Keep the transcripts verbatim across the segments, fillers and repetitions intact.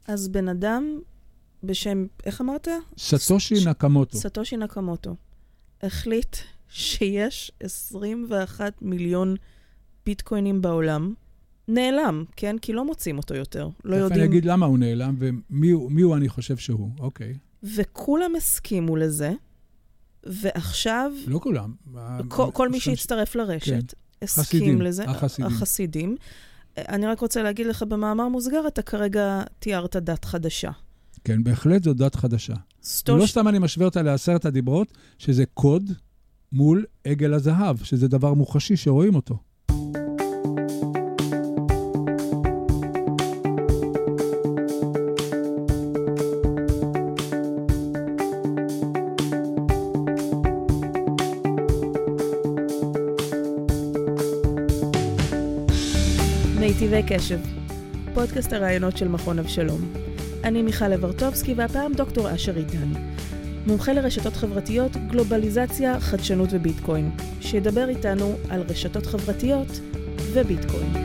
אז בן אדם בשם, איך אמרת? סטושי נקמוטו. סטושי נקמוטו. החליט שיש עשרים ואחד מיליון ביטקוינים בעולם. נעלם, כן? כי לא מוצאים אותו יותר. לא יודעים... אני אגיד למה הוא נעלם, ומי הוא אני חושב שהוא. אוקיי. וכולם הסכימו לזה, ועכשיו... לא כולם. כל, כל מי שהצטרף לרשת, כן. הסכים חסידים, לזה. החסידים. החסידים. אני רק רוצה להגיד לך במאמר מוסגר, אתה כרגע תיארת דת חדשה. כן, בהחלט זו דת חדשה. סטוש... לא סתם אני משווה אותה לעשרת הדיברות, שזה קוד מול עגל הזהב, שזה דבר מוחשי שרואים אותו. מיטיבי קשב, פודקאסט הרעיונות של מכון אבשלום. אני מיכל לברטובסקי, והפעם דוקטור אשר עידן, מומחה לרשתות חברתיות, גלובליזציה, חדשנות וביטקוין, שידבר איתנו על רשתות חברתיות וביטקוין.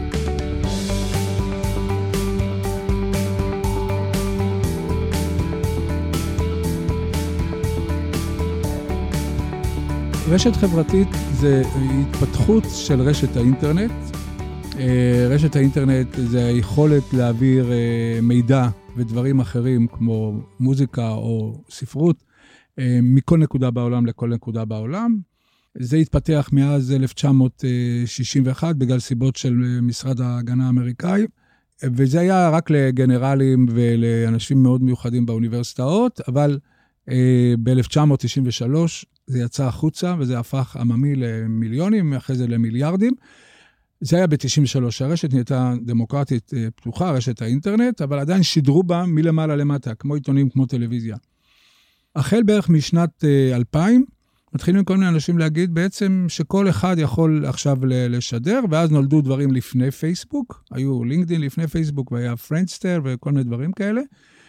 רשת חברתית זה התפתחות של רשת האינטרנט. רשת האינטרנט זה היכולת להעביר מידע ודברים אחרים כמו מוזיקה או ספרות מכל נקודה בעולם לכל נקודה בעולם. זה התפתח מאז אלף תשע מאות שישים ואחת בגלל סיבות של משרד ההגנה האמריקאי, וזה היה רק לגנרלים ולאנשים מאוד מיוחדים באוניברסיטאות, אבל ב-אלף תשע מאות תשעים ושלוש זה יצא החוצה וזה הפך עממי למיליונים, אחרי זה למיליארדים. זה היה ב-תשעים ושלוש, הרשת נהייתה דמוקרטית פתוחה, רשת האינטרנט, אבל עדיין שידרו בה מלמעלה למטה, כמו עיתונים, כמו טלוויזיה. החל בערך משנת אלפיים, מתחילים כל מיני אנשים להגיד בעצם שכל אחד יכול עכשיו לשדר, ואז נולדו דברים לפני פייסבוק, היו לינקדין לפני פייסבוק, והיה פרנדסטר וכל מיני דברים כאלה,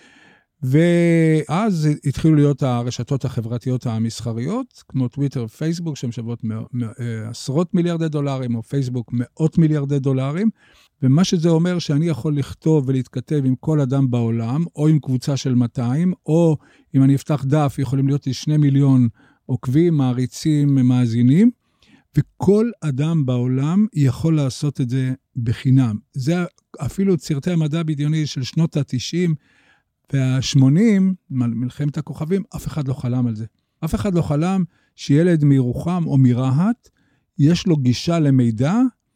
ואז התחילו להיות הרשתות החברתיות המסחריות, כמו טוויטר ופייסבוק, שהן שוות עשרות מיליארדי דולרים, או פייסבוק מאות מיליארדי דולרים, ומה שזה אומר שאני יכול לכתוב ולהתכתב עם כל אדם בעולם, או עם קבוצה של מאתיים, או אם אני אפתח דף, יכולים להיות לי שני מיליון עוקבים, מעריצים, מאזינים, וכל אדם בעולם יכול לעשות את זה בחינם. זה אפילו סרטי המדע בדיוני של שנות ה-תשעים, וה-שמונים, מלחמת הכוכבים, אף אחד לא חלם על זה. אף אחד לא חלם שילד מירוחם או מרהט, יש לו גישה למידע,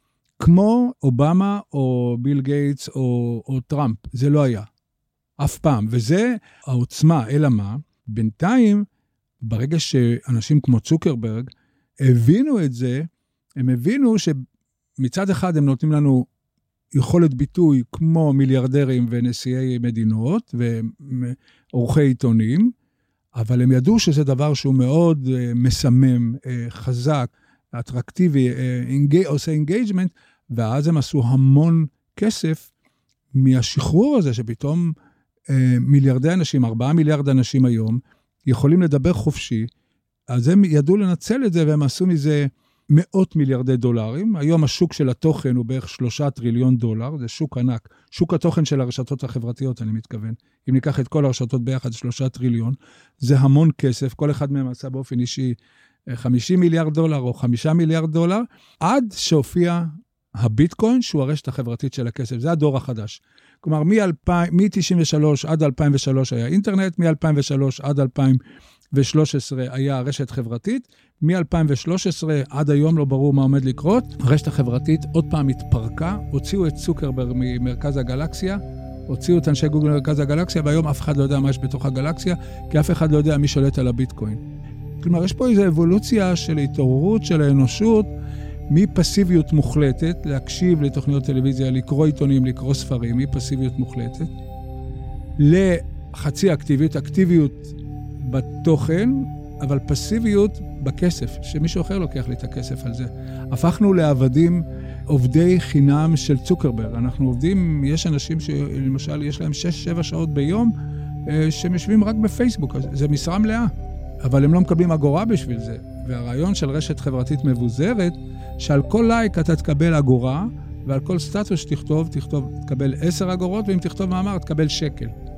כמו אובמה או ביל גייטס או, או טראמפ. זה לא היה. אף פעם. וזה העוצמה, אלא מה? בינתיים, ברגע שאנשים כמו צוקרברג הבינו את זה, הם הבינו שמצד אחד הם נותנים לנו יכולת ביטוי כמו מיליארדרים ונשיאי מדינות ועורכי עיתונים, אבל הם ידעו שזה דבר שהוא מאוד מסמם, חזק, אטרקטיבי, עושה אינגייג'מנט, ואז הם עשו המון כסף מהשחרור הזה, שפתאום מיליארדי אנשים, ארבעה מיליארד אנשים היום, יכולים לדבר חופשי, אז הם ידעו לנצל את זה, והם עשו מזה מאות מיליארדי דולרים. היום השוק של התוכן הוא בערך שלושה טריליון דולר, זה שוק ענק. שוק התוכן של הרשתות החברתיות, אני מתכוון. אם ניקח את כל הרשתות ביחד, שלושה טריליון, זה המון כסף, כל אחד מהם עשה באופן אישי חמישים מיליארד דולר או חמישה מיליארד דולר, עד שהופיע הביטקוין, שהוא הרשת החברתית של הכסף. זה הדור החדש. כלומר, מ-תשעים ושלוש עד אלפיים ושלוש היה אינטרנט, מ-אלפיים ושלוש עד אלפיים ושלוש עשרה היה רשת חברתית, מ-אלפיים ושלוש עשרה עד היום לא ברור מה עומד לקרות, הרשת החברתית עוד פעם התפרקה, הוציאו את צוקרברג ממרכז הגלקסיה, הוציאו את אנשי גוגל ממרכז הגלקסיה, והיום אף אחד לא יודע מה יש בתוך הגלקסיה, כי אף אחד לא יודע מי שולט על הביטקוין. כלומר, יש פה איזו אבולוציה של התעוררות של האנושות, מפסיביות מוחלטת, להקשיב לתוכניות טלוויזיה, לקרוא עיתונים, לקרוא ספרים, מפסיביות מוחלטת, לחצי אקטיביות, אקטיביות בתוכן, אבל פסיביות בכסף, שמישהו אחר לוקח לי את הכסף על זה. הפכנו לעבדים, עובדי חינם של צוקרברג. אנחנו עובדים, יש אנשים שלמשל יש להם שש שבע שעות ביום, שהם יושבים רק בפייסבוק, זה משרה מלאה, אבל הם לא מקבלים אגורה בשביל זה. והרעיון של רשת חברתית מבוזרת, שעל כל לייק אתה תקבל אגורה, ועל כל סטטוס שתכתוב, תכתוב, תקבל עשר אגורות, ואם תכתוב מאמר, תקבל שקל.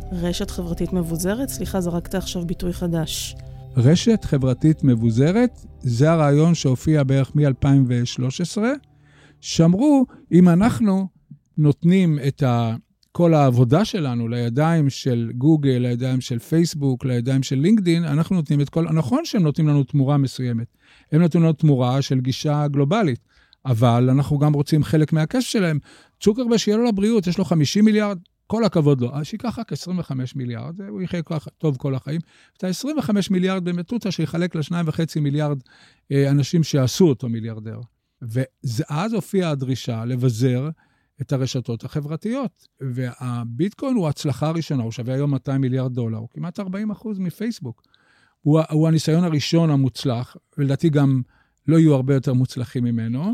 רשת חברתית מבוזרת? סליחה, זרקת עכשיו ביטוי חדש. רשת חברתית מבוזרת, זה הרעיון שהופיע בערך מ-אלפיים ושלוש עשרה. שאמרו, אם אנחנו נותנים את ה... כל העבודה שלנו לידיים של גוגל, לידיים של פייסבוק, לידיים של לינקדין, אנחנו נותנים את כל... נכון שהם נותנים לנו תמורה מסוימת. הם נותנים לנו תמורה של גישה גלובלית, אבל אנחנו גם רוצים חלק מהכסף שלהם. צוקרברג שיהיה לו לבריאות, יש לו חמישים מיליארד, כל הכבוד לו. אז שיקח רק עשרים וחמישה מיליארד, הוא יחיה טוב כל החיים. את ה-עשרים וחמישה מיליארד במטותא שיחלק ל-שניים וחצי מיליארד אנשים שעשו אותו מיליארדר. ואז הופיעה הדרישה לבזר את הרשתות החברתיות. והביטקוין הוא הצלחה הראשונה, הוא שווה היום מאתיים מיליארד דולר, הוא כמעט ארבעים אחוז מפייסבוק. הוא, הוא הניסיון הראשון המוצלח, ולדעתי גם לא יהיו הרבה יותר מוצלחים ממנו,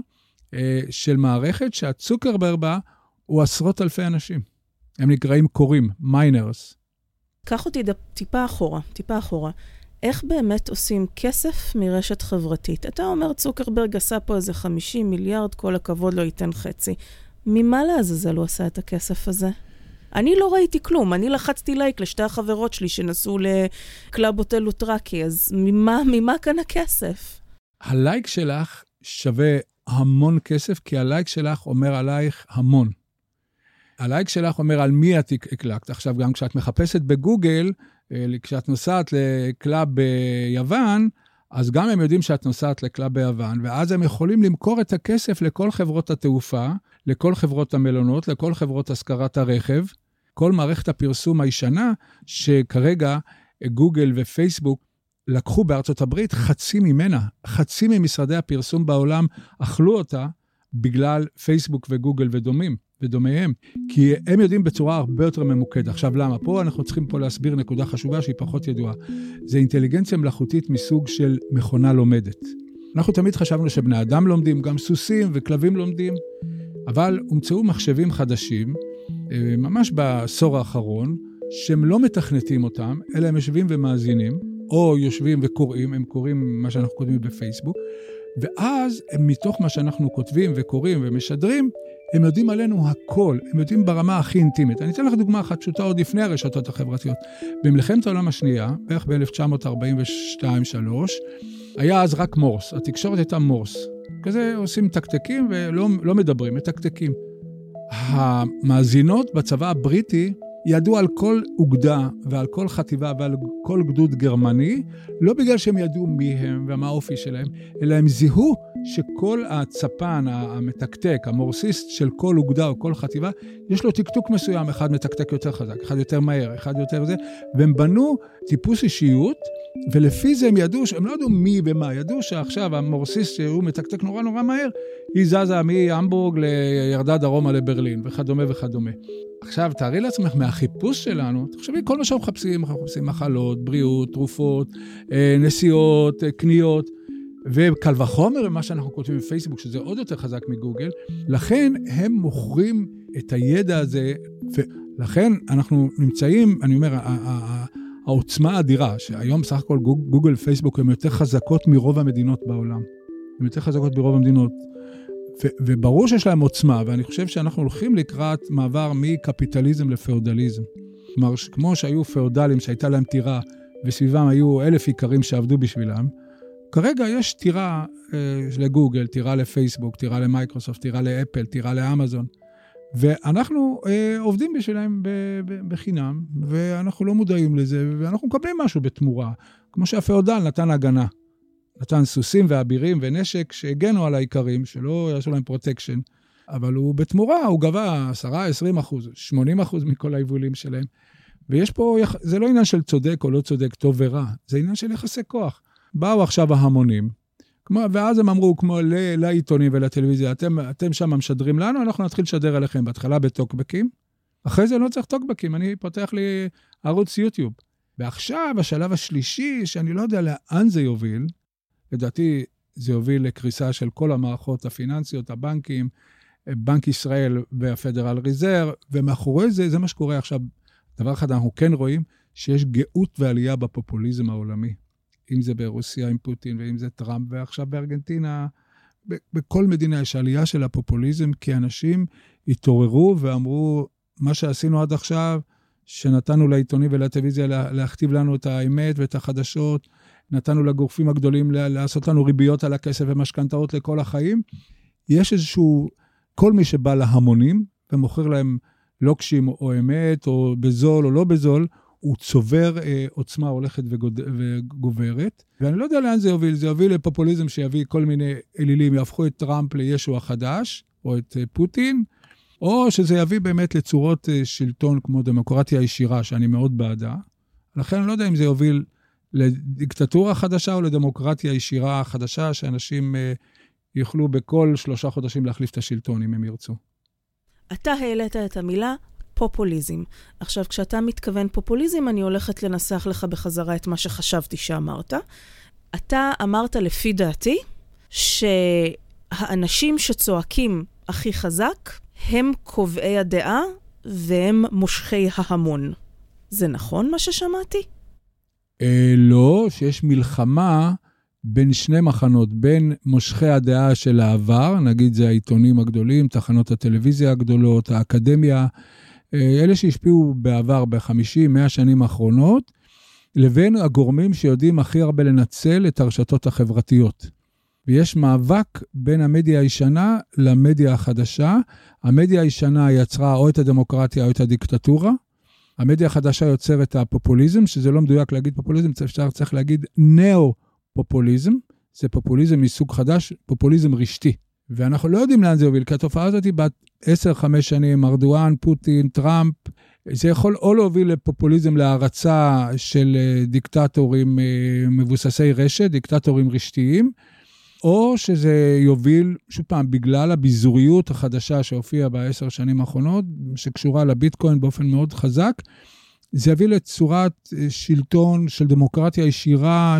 של מערכת שהצוקרברג בה הוא עשרות אלפי אנשים. הם נקראים קוראים, מיינרס. קח אותי טיפה אחורה, טיפה אחורה. איך באמת עושים כסף מרשת חברתית? אתה אומר צוקרברג עשה פה איזה חמישים מיליארד, כל הכבוד לא ייתן חצי. ממה לעזאזל הוא עשה את הכסף הזה? אני לא ראיתי כלום, אני לחצתי לייק לשתי החברות שלי שנסעו לקלאב הוטל אוטרקי, אז ממה, ממה כאן הכסף? הלייק שלך שווה המון כסף, כי הלייק שלך אומר עלייך המון. הלייק שלך אומר על מי את הקלקת. עכשיו, גם כשאת מחפשת בגוגל, כשאת נוסעת לקלאב ביוון, אז גם הם יודעים שאת נוסעת לקלאב ביוון, ואז הם יכולים למכור את הכסף לכל חברות התעופה, לכל חברות המלונות, לכל חברות השכרת הרכב, כל מערכת הפרסום הישנה, שכרגע גוגל ופייסבוק לקחו בארצות הברית חצי ממנה, חצי ממשרדי הפרסום בעולם אכלו אותה, בגלל פייסבוק וגוגל ודומים, ודומיהם, כי הם יודעים בצורה הרבה יותר ממוקדת. עכשיו למה? פה אנחנו צריכים פה להסביר נקודה חשובה שהיא פחות ידועה. זה אינטליגנציה מלאכותית מסוג של מכונה לומדת. אנחנו תמיד חשבנו שבני אדם לומדים, גם סוסים וכלבים לומדים, אבל הומצאו מחשבים חדשים, ממש בעשור האחרון, שהם לא מתכנתים אותם, אלא הם יושבים ומאזינים, או יושבים וקוראים, הם קוראים מה שאנחנו כותבים בפייסבוק, ואז הם מתוך מה שאנחנו כותבים וקוראים ומשדרים, הם יודעים עלינו הכל, הם יודעים ברמה הכי אינטימית. אני אתן לך דוגמה אחת שוטה עוד לפני הרשתות החברתיות. במלחמת העולם השנייה, בערך ב-אלף תשע מאות ארבעים ושתיים שלוש, היה אז רק מורס, התקשורת הייתה מורס. כזה עושים תקתקים ולא לא מדברים, מתקתקים. המאזינות בצבא הבריטי ידעו על כל אוגדה ועל כל חטיבה ועל כל גדוד גרמני, לא בגלל שהם ידעו מי הם ומה האופי שלהם, אלא הם זיהו שכל הצפן, המתקתק, המורסיסט של כל אוגדה או כל חטיבה, יש לו תקתוק מסוים, אחד מתקתק יותר חזק, אחד יותר מהר, אחד יותר זה, והם בנו טיפוס אישיות, ולפי זה הם ידעו, הם לא ידעו מי ומה, ידעו שעכשיו המורסיסט שהוא מתקתק נורא נורא מהר, היא זזה מהמבורג לירדה דרומה לברלין, וכדומה וכדומה. עכשיו, תארי לעצמך מהחיפוש שלנו, תחשבי, כל מה שאנחנו מחפשים, אנחנו מחפשים מחלות, בריאות, תרופות, נסיעות, קניות, וקל וחומר, מה שאנחנו כותבים בפייסבוק, שזה עוד יותר חזק מגוגל, לכן הם מוכרים את הידע הזה, ולכן אנחנו נמצאים, אני אומר, העוצמה האדירה, שהיום סך הכל גוגל ופייסבוק הן יותר חזקות מרוב המדינות בעולם. הן יותר חזקות מרוב המדינות. ו- וברור שיש להם עוצמה, ואני חושב שאנחנו הולכים לקראת מעבר מקפיטליזם לפאודליזם. כלומר, כמו שהיו פאודלים שהייתה להם טירה, וסביבם היו אלף עיקרים שעבדו בשבילם, כרגע יש טירה אה, לגוגל, טירה לפייסבוק, טירה למייקרוסופט, טירה לאפל, טירה לאמזון, ואנחנו אה, עובדים בשבילם ב- ב- בחינם, ואנחנו לא מודעים לזה, ואנחנו מקבלים משהו בתמורה, כמו שהפאודל נתן הגנה. נתן סוסים ואבירים ונשק שהגנו על העיקרים, שלא יעשו להם פרוטקשן, אבל הוא בתמורה, הוא גבה עשרה, עשרים אחוז, שמונים אחוז מכל היבולים שלהם. ויש פה, זה לא עניין של צודק או לא צודק, טוב ורע, זה עניין של יחסי כוח. באו עכשיו ההמונים, כמו, ואז הם אמרו, כמו לעיתונים ולטלוויזיה, אתם, אתם שם משדרים לנו, אנחנו נתחיל לשדר עליכם, בהתחלה בטוקבקים, אחרי זה לא צריך טוקבקים, אני פותח לי ערוץ יוטיוב. ועכשיו, השלב השלישי, שאני לא יודע לאן זה יוביל, לדעתי זה יוביל לקריסה של כל המערכות הפיננסיות, הבנקים, בנק ישראל והפדרל ריזרב, ומאחורי זה, זה מה שקורה עכשיו. דבר אחד, אנחנו כן רואים שיש גאות ועלייה בפופוליזם העולמי. אם זה ברוסיה עם פוטין, ואם זה טראמפ, ועכשיו בארגנטינה, בכל מדינה יש עלייה של הפופוליזם, כי אנשים התעוררו ואמרו, מה שעשינו עד עכשיו, שנתנו לעיתונים ולטלוויזיה להכתיב לנו את האמת ואת החדשות, נתנו לגורפים הגדולים לעשות לנו ריביות על הכסף ומשכנתאות לכל החיים. יש איזשהו, כל מי שבא להמונים ומוכר להם לוקשים או אמת או בזול או לא בזול, הוא צובר אה, עוצמה הולכת וגוד... וגוברת. ואני לא יודע לאן זה יוביל, זה יוביל לפופוליזם שיביא כל מיני אלילים, יהפכו את טראמפ לישו החדש, או את אה, פוטין, או שזה יביא באמת לצורות אה, שלטון כמו דמוקרטיה ישירה, שאני מאוד בעדה. לכן אני לא יודע אם זה יוביל לדיקטטורה חדשה או לדמוקרטיה ישירה חדשה, שאנשים אה, יוכלו בכל שלושה חודשים להחליף את השלטון, אם הם ירצו. אתה העלית את המילה פופוליזם. עכשיו, כשאתה מתכוון פופוליזם, אני הולכת לנסח לך בחזרה את מה שחשבתי שאמרת. אתה אמרת לפי דעתי, שהאנשים שצועקים הכי חזק, הם קובעי הדעה, והם מושכי ההמון. זה נכון מה ששמעתי? אה, לא, שיש מלחמה בין שני מחנות, בין מושכי הדעה של העבר, נגיד זה העיתונים הגדולים, תחנות הטלוויזיה הגדולות, האקדמיה, אלה שהשפיעו בעבר ב-חמישים מאה שנים האחרונות, לבין הגורמים שיודעים הכי הרבה לנצל את הרשתות החברתיות. ויש מאבק בין המדיה הישנה למדיה החדשה. המדיה הישנה יצרה או את הדמוקרטיה או את הדיקטטורה. המדיה החדשה יוצר את הפופוליזם, שזה לא מדויק להגיד פופוליזם, אפשר צריך להגיד נאו-פופוליזם. זה פופוליזם מסוג חדש, פופוליזם רשתי. ואנחנו לא יודעים לאן זה יוביל, כי התופעה הזאת היא בת עשר חמש שנים, ארדואן, פוטין, טראמפ, זה יכול או להוביל לפופוליזם להרצה של דיקטטורים מבוססי רשת, דיקטטורים רשתיים, או שזה יוביל, שוב פעם, בגלל הביזוריות החדשה שהופיעה בעשר שנים האחרונות, שקשורה לביטקוין באופן מאוד חזק, זה יביא לצורת שלטון של דמוקרטיה ישירה,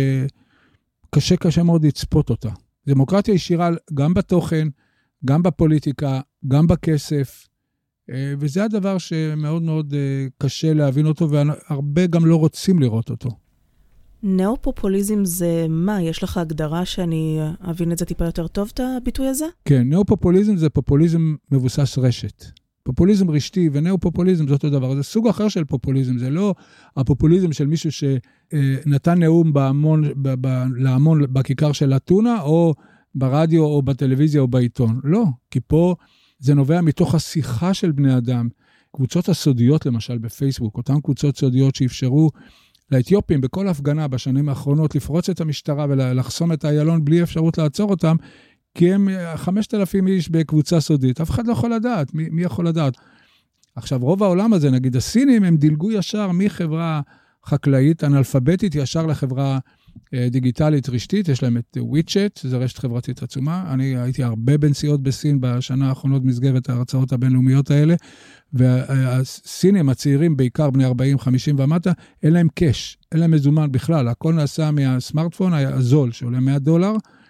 שקשה קשה מאוד לצפות אותה. דמוקרטיה ישירה גם בתוכן, גם בפוליטיקה, גם בכסף, וזה הדבר שמאוד מאוד קשה להבין אותו, והרבה גם לא רוצים לראות אותו. נאו-פופוליזם זה מה? יש לך הגדרה שאני אבין את זה טיפה יותר טוב, את הביטוי הזה? כן, נאו-פופוליזם זה פופוליזם מבוסס רשת. פופוליזם רשתי ונאו-פופוליזם זה אותו דבר. זה סוג אחר של פופוליזם, זה לא הפופוליזם של מישהו שנתן נאום בהמון, להמון בכיכר של אתונה, או ברדיו או בטלוויזיה או בעיתון. לא, כי פה זה נובע מתוך השיחה של בני אדם. קבוצות הסודיות למשל בפייסבוק, אותן קבוצות סודיות שאפשרו לאתיופים בכל הפגנה בשנים האחרונות לפרוץ את המשטרה ולחסום את איילון בלי אפשרות לעצור אותם, כי הם חמשת אלפים איש בקבוצה סודית. אף אחד לא יכול לדעת. מי, מי יכול לדעת? עכשיו, רוב העולם הזה, נגיד הסינים, הם דילגו ישר מחברה חקלאית, אנאלפביתית, ישר לחברה אה, דיגיטלית רשתית. יש להם את וויצ'ט, זו רשת חברתית עצומה. אני הייתי הרבה בנסיעות בסין בשנה האחרונות מסגרת ההרצאות הבינלאומיות האלה, והסינים הצעירים, בעיקר בני ארבעים חמישים ומטה, אין להם קש, אין להם מזומן בכלל. הכל נעשה מהסמארטפון הזול, שעולה מאה דולר,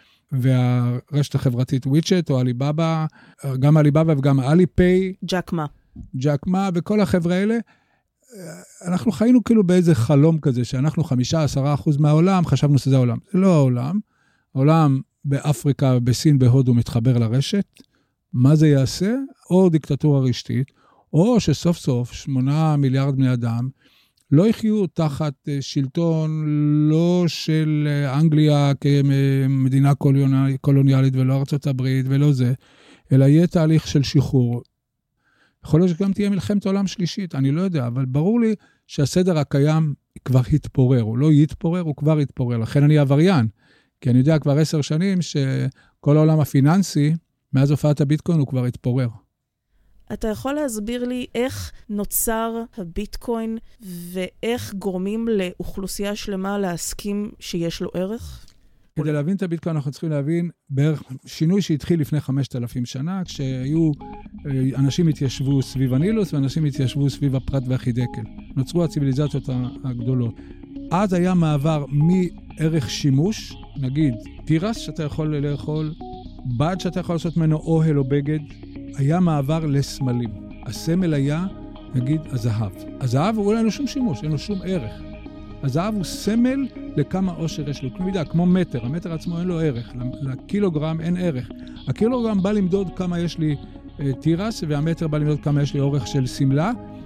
והרשת החברתית וויצ'ט או אליבאבא, גם אליבאבא וגם אליפיי. ג'קמה. ג'קמה וכל החבר'ה האלה, אנחנו חיינו כאילו באיזה חלום כזה, שאנחנו חמישה, עשרה אחוז מהעולם, חשבנו שזה העולם. זה לא העולם. העולם באפריקה, בסין, בהודו מתחבר לרשת. מה זה יעשה? או דיקטטורה רשתית, או שסוף סוף שמונה מיליארד בני אדם, לא יחיו תחת שלטון לא של אנגליה כמדינה קולוניאלית ולא ארצות הברית ולא זה, אלא יהיה תהליך של שחרור. יכול להיות שגם תהיה מלחמת עולם שלישית, אני לא יודע, אבל ברור לי שהסדר הקיים כבר התפורר, הוא לא יתפורר, הוא כבר התפורר, לכן אני עבריין, כי אני יודע כבר עשר שנים שכל העולם הפיננסי, מאז הופעת הביטקוין הוא כבר התפורר. אתה יכול להסביר לי איך נוצר הביטקוין ואיך גורמים לאוכלוסייה שלמה להסכים שיש לו ערך? כדי להבין את הביטקוין אנחנו צריכים להבין בערך שינוי שהתחיל לפני חמשת אלפים שנה, כשהיו אנשים התיישבו סביב הנילוס ואנשים התיישבו סביב הפרת והחידקל. נוצרו הציביליזציות הגדולות. אז היה מעבר מערך שימוש, נגיד תירס שאתה יכול לאכול, בד שאתה יכול לעשות ממנו אוהל או בגד, היה מעבר לסמלים. הסמל היה, נגיד, הזהב. הזהב הוא אין לו שום שימוש, אין לו שום ערך. הזהב הוא סמל לכמה עושר יש לו. כמו מידה, כמו מטר. המטר עצמו אין לו ערך. לקילוגרם אין ערך. הקילוגרם בא למדוד כמה יש לי אה, תירס, והמטר בא למדוד כמה יש לי אורך של סמלה,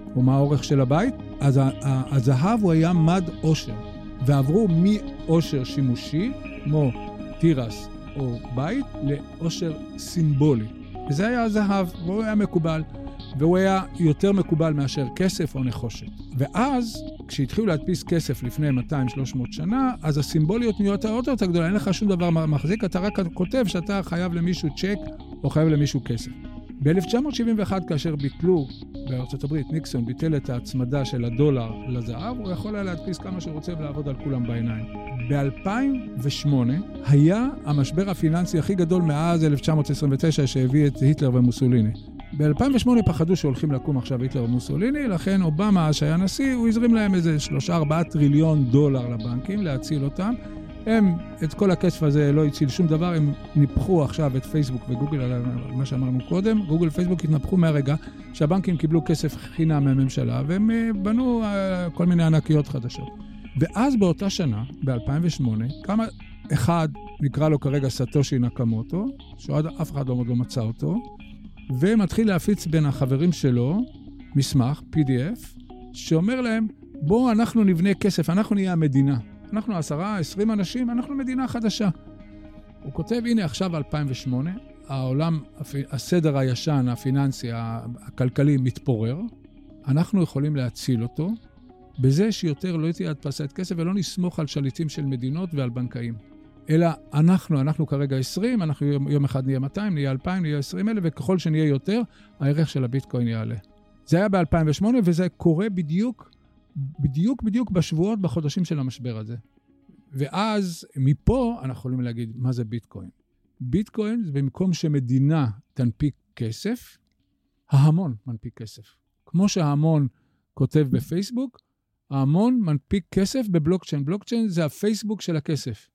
או מה האורך של הבית, אז הזהב הוא היה מד עושר, ועברו מעושר שימושי, כמו תירס או בית, לעושר סימבולי. וזה היה הזהב, והוא היה מקובל, והוא היה יותר מקובל מאשר כסף או נחושת. ואז, כשהתחילו להדפיס כסף לפני מאתיים שלוש מאות שנה, אז הסימבוליות נהיות עוד יותר גדולה, אין לך שום דבר מחזיק, אתה רק כותב שאתה חייב למישהו צ'ק או חייב למישהו כסף. ב-אלף תשע מאות שבעים ואחת, כאשר ביטלו בארצות הברית, ניקסון ביטל את ההצמדה של הדולר לזהב, הוא יכול היה להדפיס כמה שהוא רוצה ולעבוד על כולם בעיניים. ב-אלפיים ושמונה היה המשבר הפיננסי הכי גדול מאז אלף תשע מאות עשרים ותשע שהביא את היטלר ומוסוליני. ב-אלפיים ושמונה פחדו שהולכים לקום עכשיו היטלר ומוסוליני, לכן אובמה, שהיה נשיא, הוא הזרים להם איזה שלושה ארבעה טריליון דולר לבנקים להציל אותם. הם את כל הכסף הזה לא הציל שום דבר, הם ניפחו עכשיו את פייסבוק וגוגל, על מה שאמרנו קודם. גוגל ופייסבוק התנפחו מהרגע שהבנקים קיבלו כסף חינם מהממשלה, והם בנו כל מיני ענקיות חדשות. ואז באותה שנה, ב-אלפיים ושמונה, כמה אחד נקרא לו כרגע סטושי נקמוטו, שעוד אף אחד לא מצא אותו, ומתחיל להפיץ בין החברים שלו מסמך, פי די אף, שאומר להם, בואו אנחנו נבנה כסף, אנחנו נהיה המדינה. אנחנו עשרה, עשרים אנשים, אנחנו מדינה חדשה. הוא כותב, הנה עכשיו אלפיים ושמונה, העולם, הסדר הישן, הפיננסי, הכלכלי מתפורר, אנחנו יכולים להציל אותו, בזה שיותר לא תהיה הדפסת כסף, ולא נסמוך על שליטים של מדינות ועל בנקאים. אלא אנחנו, אנחנו כרגע עשרים, אנחנו יום אחד נהיה מאתיים, נהיה אלפיים, נהיה עשרים אלף, וככל שנהיה יותר, הערך של הביטקוין יעלה. זה היה ב-אלפיים ושמונה, וזה קורה בדיוק, בדיוק, בדיוק בשבועות, בחודשים של המשבר הזה. ואז, מפה, אנחנו יכולים להגיד, מה זה ביטקוין? ביטקוין זה במקום שמדינה תנפיק כסף, ההמון מנפיק כסף. כמו שההמון כותב בפייסבוק, ההמון מנפיק כסף בבלוקצ'יין. בלוקצ'יין זה הפייסבוק של הכסף.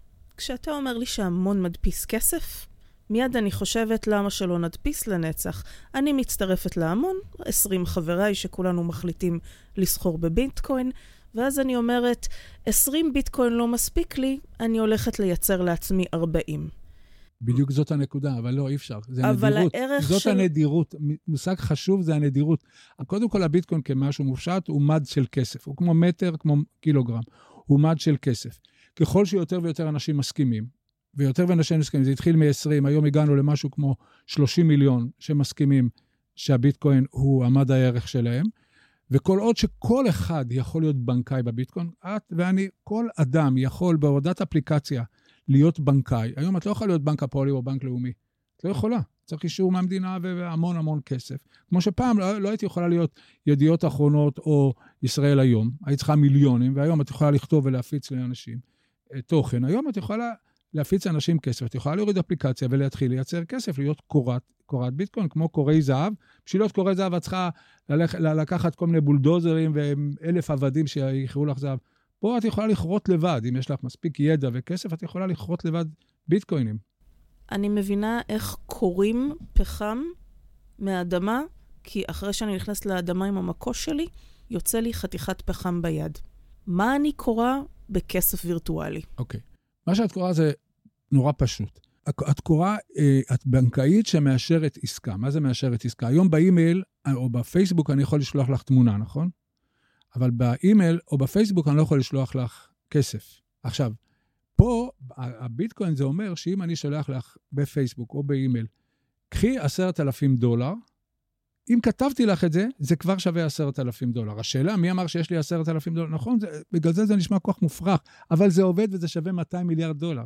כשאתה אומר לי שההמון מדפיס כסף, מיד אני חושבת למה שלא נדפיס לנצח. אני מצטרפת להמון, עשרים חבריי שכולנו מחליטים לסחור בביטקוין, ואז אני אומרת, עשרים ביטקוין לא מספיק לי, אני הולכת לייצר לעצמי ארבעים. בדיוק זאת הנקודה, אבל לא, אי אפשר. זה נדירות. זאת של... הנדירות. מושג חשוב זה הנדירות. קודם כל, הביטקוין כמשהו מופשט הוא מד של כסף. הוא כמו מטר, כמו קילוגרם. הוא מד של כסף. ככל שיותר ויותר אנשים מסכימים, ויותר ואנשים מסכימים, זה התחיל מ-עשרים, היום הגענו למשהו כמו שלושים מיליון שמסכימים שהביטקוין הוא המד הערך שלהם, וכל עוד שכל אחד יכול להיות בנקאי בביטקוין, את ואני, כל אדם יכול בהורדת אפליקציה להיות בנקאי. היום את לא יכולה להיות בנק הפועלים או בנק לאומי. את לא יכולה. צריך אישור מהמדינה והמון המון כסף. כמו שפעם לא, לא הייתי יכולה להיות ידיעות אחרונות או ישראל היום. היית צריכה מיליונים, והיום את יכולה לכתוב ולהפיץ לאנשים תוכן. היום את יכולה להפיץ לאנשים כסף. את יכולה להוריד אפליקציה ולהתחיל לייצר כסף, להיות קורת, קורת ביטקוין, כמו קורי זהב. בשביל להיות קורי זהב את צריכה ללכ, לקחת כל מיני בולדוזרים ואלף עבדים שיחרו לך זהב. פה את יכולה לכרות לבד, אם יש לך מספיק ידע וכסף, את יכולה לכרות לבד ביטקוינים. אני מבינה איך קוראים פחם מהאדמה, כי אחרי שאני נכנסת לאדמה עם המקוש שלי, יוצא לי חתיכת פחם ביד. מה אני קורא בכסף וירטואלי? אוקיי. מה שאת קוראה זה נורא פשוט. את קוראה, את בנקאית שמאשרת עסקה. מה זה מאשרת עסקה? היום באימייל או בפייסבוק אני יכול לשלוח לך תמונה, נכון? אבל באימייל או בפייסבוק אני לא יכול לשלוח לך כסף. עכשיו, פה הביטקוין זה אומר שאם אני שולח לך בפייסבוק או באימייל, קחי עשרת אלפים דולר, אם כתבתי לך את זה, זה כבר שווה עשרת אלפים דולר. השאלה, מי אמר שיש לי עשרת אלפים דולר? נכון, זה, בגלל זה זה נשמע כוח מופרך, אבל זה עובד וזה שווה מאתיים מיליארד דולר.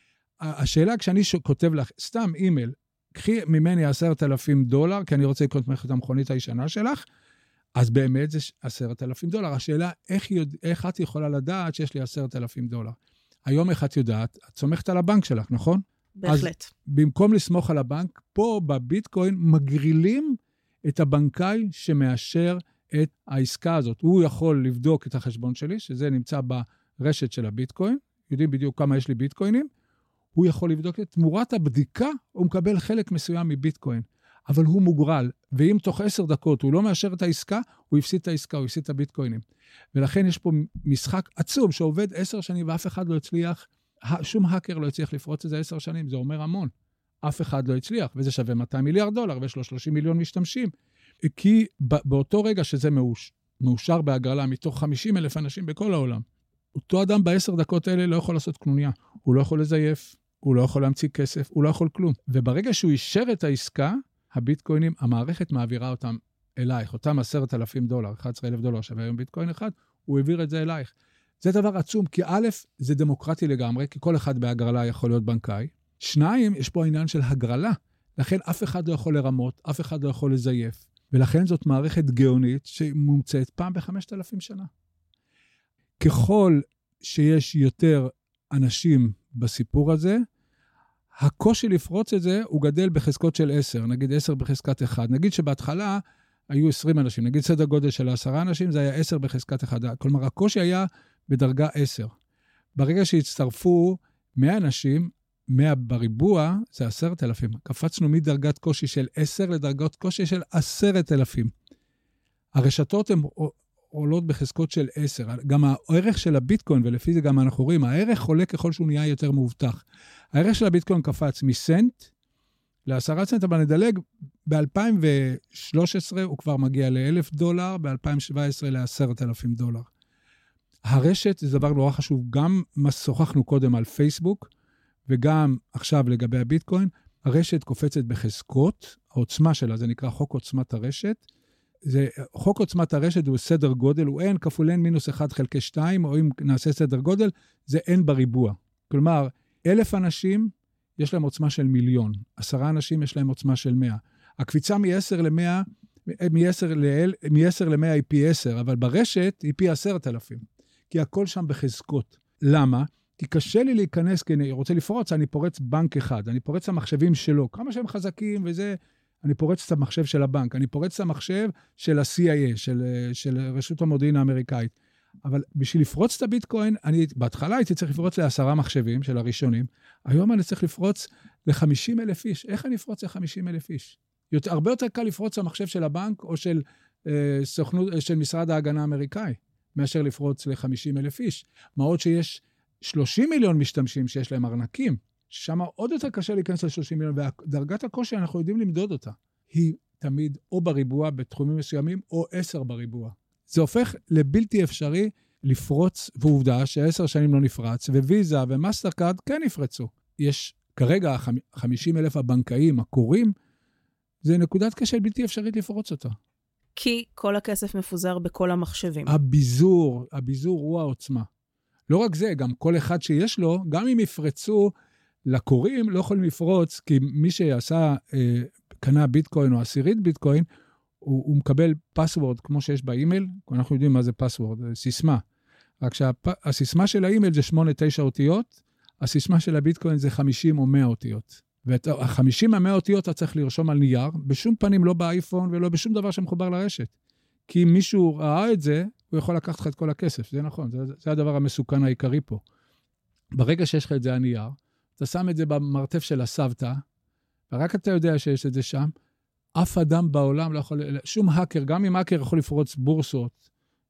השאלה, כשאני כותב לך, סתם אימייל, קחי ממני עשרת אלפים דולר, כי אני רוצה לקנות ממך את המכונית הישנה שלך, אז באמת זה עשרת אלפים דולר. השאלה, איך, יודע, איך את יכולה לדעת שיש לי עשרת אלפים דולר? היום איך את יודעת, את סומכת על הבנק שלך, נכון? בהחלט. אז במקום לסמוך על הבנק, פה בביטקוין מגרילים את הבנקאי שמאשר את העסקה הזאת. הוא יכול לבדוק את החשבון שלי, שזה נמצא ברשת של הביטקוין, יודעים בדיוק כמה יש לי ביטקוינים, הוא יכול לבדוק את תמורת הבדיקה, הוא מקבל חלק מסוים מביטקוין. אבל הוא מוגרל, ואם תוך עשר דקות הוא לא מאשר את העסקה, הוא יפסיד את העסקה, הוא יפסיד את הביטקוינים. ולכן יש פה משחק עצום שעובד עשר שנים, ואף אחד לא הצליח, שום האקר לא הצליח לפרוץ את זה עשר שנים, זה אומר המון. אף אחד לא הצליח, וזה שווה מאתיים מיליארד דולר, ויש לו שלושים מיליון משתמשים. כי באותו רגע שזה מאוש, מאושר בהגרלה מתוך חמישים אלף אנשים בכל העולם, אותו אדם בעשר דקות האלה לא יכול לעשות קנוניה, הוא לא יכול לזייף, הוא לא יכול להמציא כסף, הוא לא יכול כלום. וברגע שהוא אישר את העסקה, הביטקוינים, המערכת מעבירה אותם אלייך, אותם עשרת אלפים דולר, אחד עשר אלף דולר שווה היום ביטקוין אחד, הוא העביר את זה אלייך. זה דבר עצום, כי א', זה דמוקרטי לגמרי, כי כל אחד בהגרלה יכול להיות בנקאי. שניים, יש פה העניין של הגרלה, לכן אף אחד לא יכול לרמות, אף אחד לא יכול לזייף, ולכן זאת מערכת גאונית שמומצאת פעם בחמשת אלפים שנה. ככל שיש יותר אנשים בסיפור הזה, הקושי לפרוץ את זה הוא גדל בחזקות של עשר, נגיד עשר בחזקת אחד. נגיד שבהתחלה היו עשרים אנשים, נגיד סדר גודל של עשרה אנשים, זה היה עשר בחזקת אחד. כלומר, הקושי היה בדרגה עשר. ברגע שהצטרפו מאה אנשים, מאה בריבוע, זה עשרת אלפים. קפצנו מדרגת קושי של עשר לדרגות קושי של עשרת אלפים. הרשתות הן עולות בחזקות של עשר. גם הערך של הביטקוין, ולפי זה גם אנחנו רואים, הערך עולה ככל שהוא נהיה יותר מאובטח. הערך של הביטקוין קפץ מסנט לעשרה סנט, אבל נדלג, ב-אלפיים ושלוש עשרה הוא כבר מגיע ל-אלף דולר, ב-אלפיים שבע עשרה ל-עשרת אלפים דולר. הרשת זה דבר נורא חשוב, גם מה שוחחנו קודם על פייסבוק, וגם עכשיו לגבי הביטקוין, הרשת קופצת בחזקות, העוצמה שלה, זה נקרא חוק עוצמת הרשת, זה, חוק עוצמת הרשת הוא סדר גודל, הוא n כפול n מינוס אחד חלקי שתיים, או אם נעשה סדר גודל, זה n בריבוע. כלומר, אלף אנשים יש להם עוצמה של מיליון, עשרה אנשים יש להם עוצמה של מאה. הקפיצה מ-עשר ל-מאה, מ-עשר ל-מאה היא פי עשר, אבל ברשת היא פי עשרת אלפים, כי הכל שם בחזקות. למה? כי קשה לי להיכנס, כי אני רוצה לפרוץ, אני פורץ בנק אחד, אני פורץ המחשבים שלו, כמה שהם חזקים וזה, אני פורץ את המחשב של הבנק, אני פורץ את המחשב של ה-סי איי איי, של, של רשות המודיעין האמריקאית. אבל בשביל לפרוץ את הביטקוין, אני בהתחלה הייתי צריך לפרוץ לעשרה מחשבים של הראשונים, היום אני צריך לפרוץ ל-חמישים אלף איש. איך אני אפרוץ ל-חמישים אלף איש? יותר, הרבה יותר קל לפרוץ המחשב של הבנק, או של, אה, סוכנות, של משרד ההגנה האמריקאי, מאשר לפרוץ ל-חמישים אלף איש. מה עוד שיש שלושים מיליון משתמשים שיש להם ארנקים, ששם עוד יותר קשה להיכנס ל-שלושים מיליון, ודרגת הקושי אנחנו יודעים למדוד אותה. היא תמיד או בריבוע בתחומים מסוימים, או עשר בריבוע. זה הופך לבלתי אפשרי לפרוץ, ועובדה שעשר שנים לא נפרץ, וויזה ומאסטרקארד כן נפרצו. יש כרגע חמישים אלף הבנקאים הקוראים, זה נקודת קשה בלתי אפשרית לפרוץ אותה. כי כל הכסף מפוזר בכל המחשבים. הביזור, הביזור הוא העוצמה. לא רק זה, גם כל אחד שיש לו, גם אם יפרצו לקוראים, לא יכולים לפרוץ, כי מי שעשה, אה, קנה ביטקוין או עשירית ביטקוין, הוא, הוא מקבל פסוורד כמו שיש באימייל, אנחנו יודעים מה זה פסוורד, זה סיסמה. רק שהסיסמה של האימייל זה שמונה תשע אותיות, הסיסמה של הביטקוין זה חמישים או מאה אותיות. ואת ה-חמישים המאה אותיות אתה צריך לרשום על נייר, בשום פנים לא באייפון ולא בשום דבר שמחובר לרשת. כי אם מישהו ראה את זה, הוא יכול לקחת לך את כל הכסף, זה נכון, זה, זה הדבר המסוכן העיקרי פה. ברגע שיש לך את זה הנייר, אתה שם את זה במרתף של הסבתא, ורק אתה יודע שיש את זה שם, אף אדם בעולם לא יכול, שום האקר, גם אם האקר יכול לפרוץ בורסות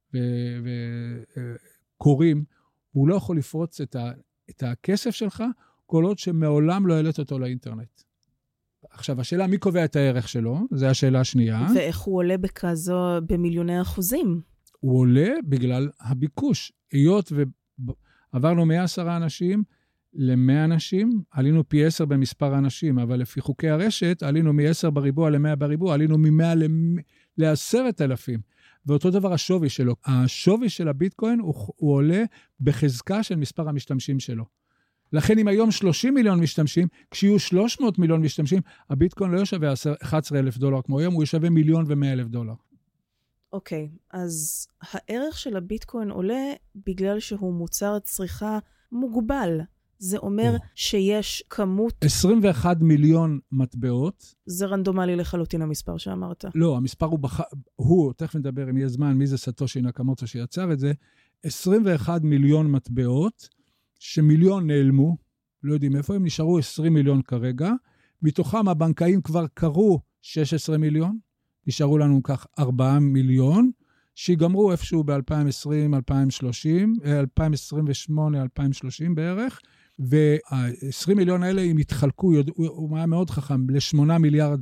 וקוראים, הוא לא יכול לפרוץ את, ה, את הכסף שלך, כל עוד שמעולם לא העלית אותו לאינטרנט. עכשיו, השאלה, מי קובע את הערך שלו? זו השאלה השנייה. ואיך הוא עולה בכזו, במיליוני אחוזים? הוא עולה בגלל הביקוש. היות ועברנו מאה-עשרה אנשים ל-מאה אנשים, עלינו פי עשר במספר האנשים, אבל לפי חוקי הרשת, עלינו מ-עשר בריבוע ל-מאה בריבוע, עלינו מ-מאה ל-עשרת אלפים. ואותו דבר השווי שלו. השווי של הביטקוין הוא, הוא עולה בחזקה של מספר המשתמשים שלו. לכן אם היום שלושים מיליון משתמשים, כשיהיו שלוש מאות מיליון משתמשים, הביטקוין לא ישווה אחד עשר אלף דולר כמו היום, הוא ישווה מיליון ומאה אלף דולר. אוקיי, אז הערך של הביטקוין עולה בגלל שהוא מוצר צריכה מוגבל. זה אומר שיש כמות... עשרים ואחד מיליון מטבעות. זה רנדומלי לחלוטין המספר שאמרת. לא, המספר הוא, בח... הוא, תכף נדבר אם יהיה זמן, מי זה סטושי נקמוטו שיצר את זה, עשרים ואחד מיליון מטבעות, שמיליון נעלמו, לא יודעים איפה, הם נשארו עשרים מיליון כרגע, מתוכם הבנקאים כבר קרו שש עשרה מיליון, נשארו לנו כך ארבעה מיליון, שיגמרו איפשהו ב-אלפיים עשרים, אלפיים שלושים, אלפיים עשרים ושמונה, אלפיים שלושים בערך, וה-עשרים מיליון האלה, אם התחלקו, הוא היה מאוד חכם, לשמונה מיליארד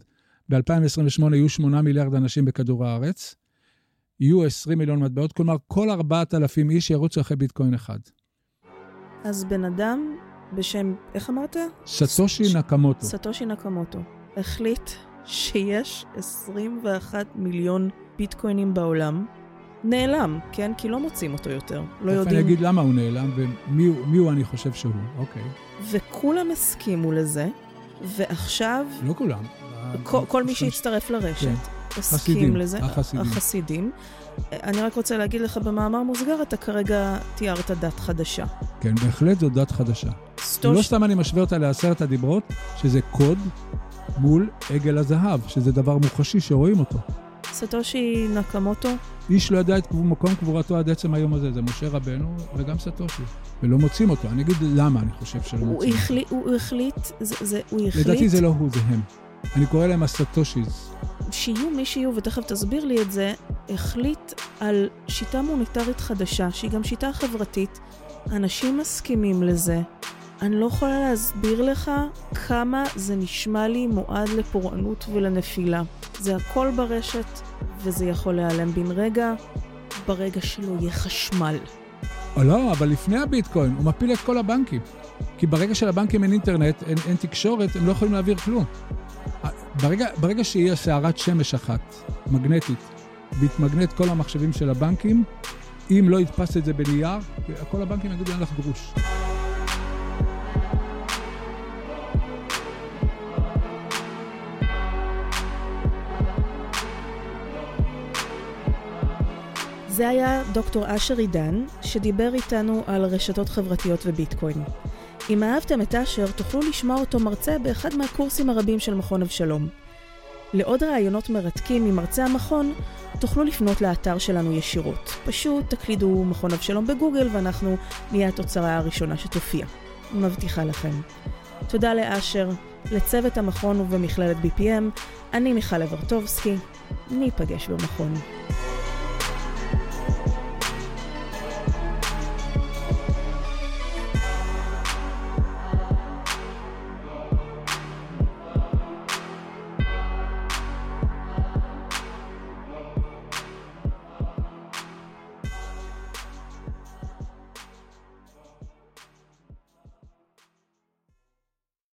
ב-אלפיים עשרים ושמונה יהיו שמונה מיליארד אנשים בכדור הארץ, יהיו עשרים מיליון מטבעות, כלומר כל ארבעת אלפים איש ירוצו אחרי ביטקוין אחד. אז בן אדם בשם, איך אמרת? סטושי ש... נקמוטו. סטושי נקמוטו. החליט שיש עשרים ואחד מיליון ביטקוינים בעולם. נעלם, כן? כי לא מוצאים אותו יותר. לא יודעים... אני אגיד למה הוא נעלם ומי הוא, מי הוא אני חושב שהוא. אוקיי. וכולם הסכימו לזה, ועכשיו... לא כולם. כל, כל מי שהצטרף לרשת. כן. הסכים לזה, החסידים. החסידים. אני רק רוצה להגיד לך במאמר מוסגר, אתה כרגע תיארת דת חדשה. כן, בהחלט זו דת חדשה. סטוש... לא סתם אני משווה אותה לעשרת הדיברות, שזה קוד מול עגל הזהב, שזה דבר מוחשי שרואים אותו. סטושי נקמוטו? איש לא ידע את מקום קבורתו עד עצם היום הזה, זה משה רבנו וגם סטושי. ולא מוצאים אותו. אני אגיד למה אני חושב שלא מוצאים החלי... אותו. הוא החליט, זה, זה, הוא החליט... לדעתי זה לא הוא, זה הם. אני קורא להם הסטושיז. שיהיו מי שיהיו, ותכף תסביר לי את זה, החליט על שיטה מוניטרית חדשה, שהיא גם שיטה חברתית. אנשים מסכימים לזה. אני לא יכולה להסביר לך כמה זה נשמע לי מועד לפורענות ולנפילה. זה הכל ברשת, וזה יכול להיעלם בן רגע, ברגע שלא יהיה חשמל. או לא, אבל לפני הביטקוין, הוא מפיל את כל הבנקים. כי ברגע של הבנקים אין אינטרנט, אין, אין תקשורת, הם לא יכולים להעביר כלום. ברגע, ברגע שיהיה שערת שמש אחת, מגנטית, בהתמגנט כל המחשבים של הבנקים, אם לא יתפס את זה בנייר, כל הבנקים יגידו, אין לך גרוש. זה היה דוקטור אשר עידן, שדיבר איתנו על רשתות חברתיות וביטקוין. אם אהבתם את אשר, תוכלו לשמוע אותו מרצה באחד מהקורסים הרבים של מכון אבשלום. לעוד רעיונות מרתקים ממרצה המכון, תוכלו לפנות לאתר שלנו ישירות. פשוט תקלידו מכון אבשלום בגוגל ואנחנו נהיה התוצרה הראשונה שתופיע. מבטיחה לכם. תודה לאשר, לצוות המכון ובמכללת בי פי אם. אני מיכל לברטובסקי. ניפגש במכון.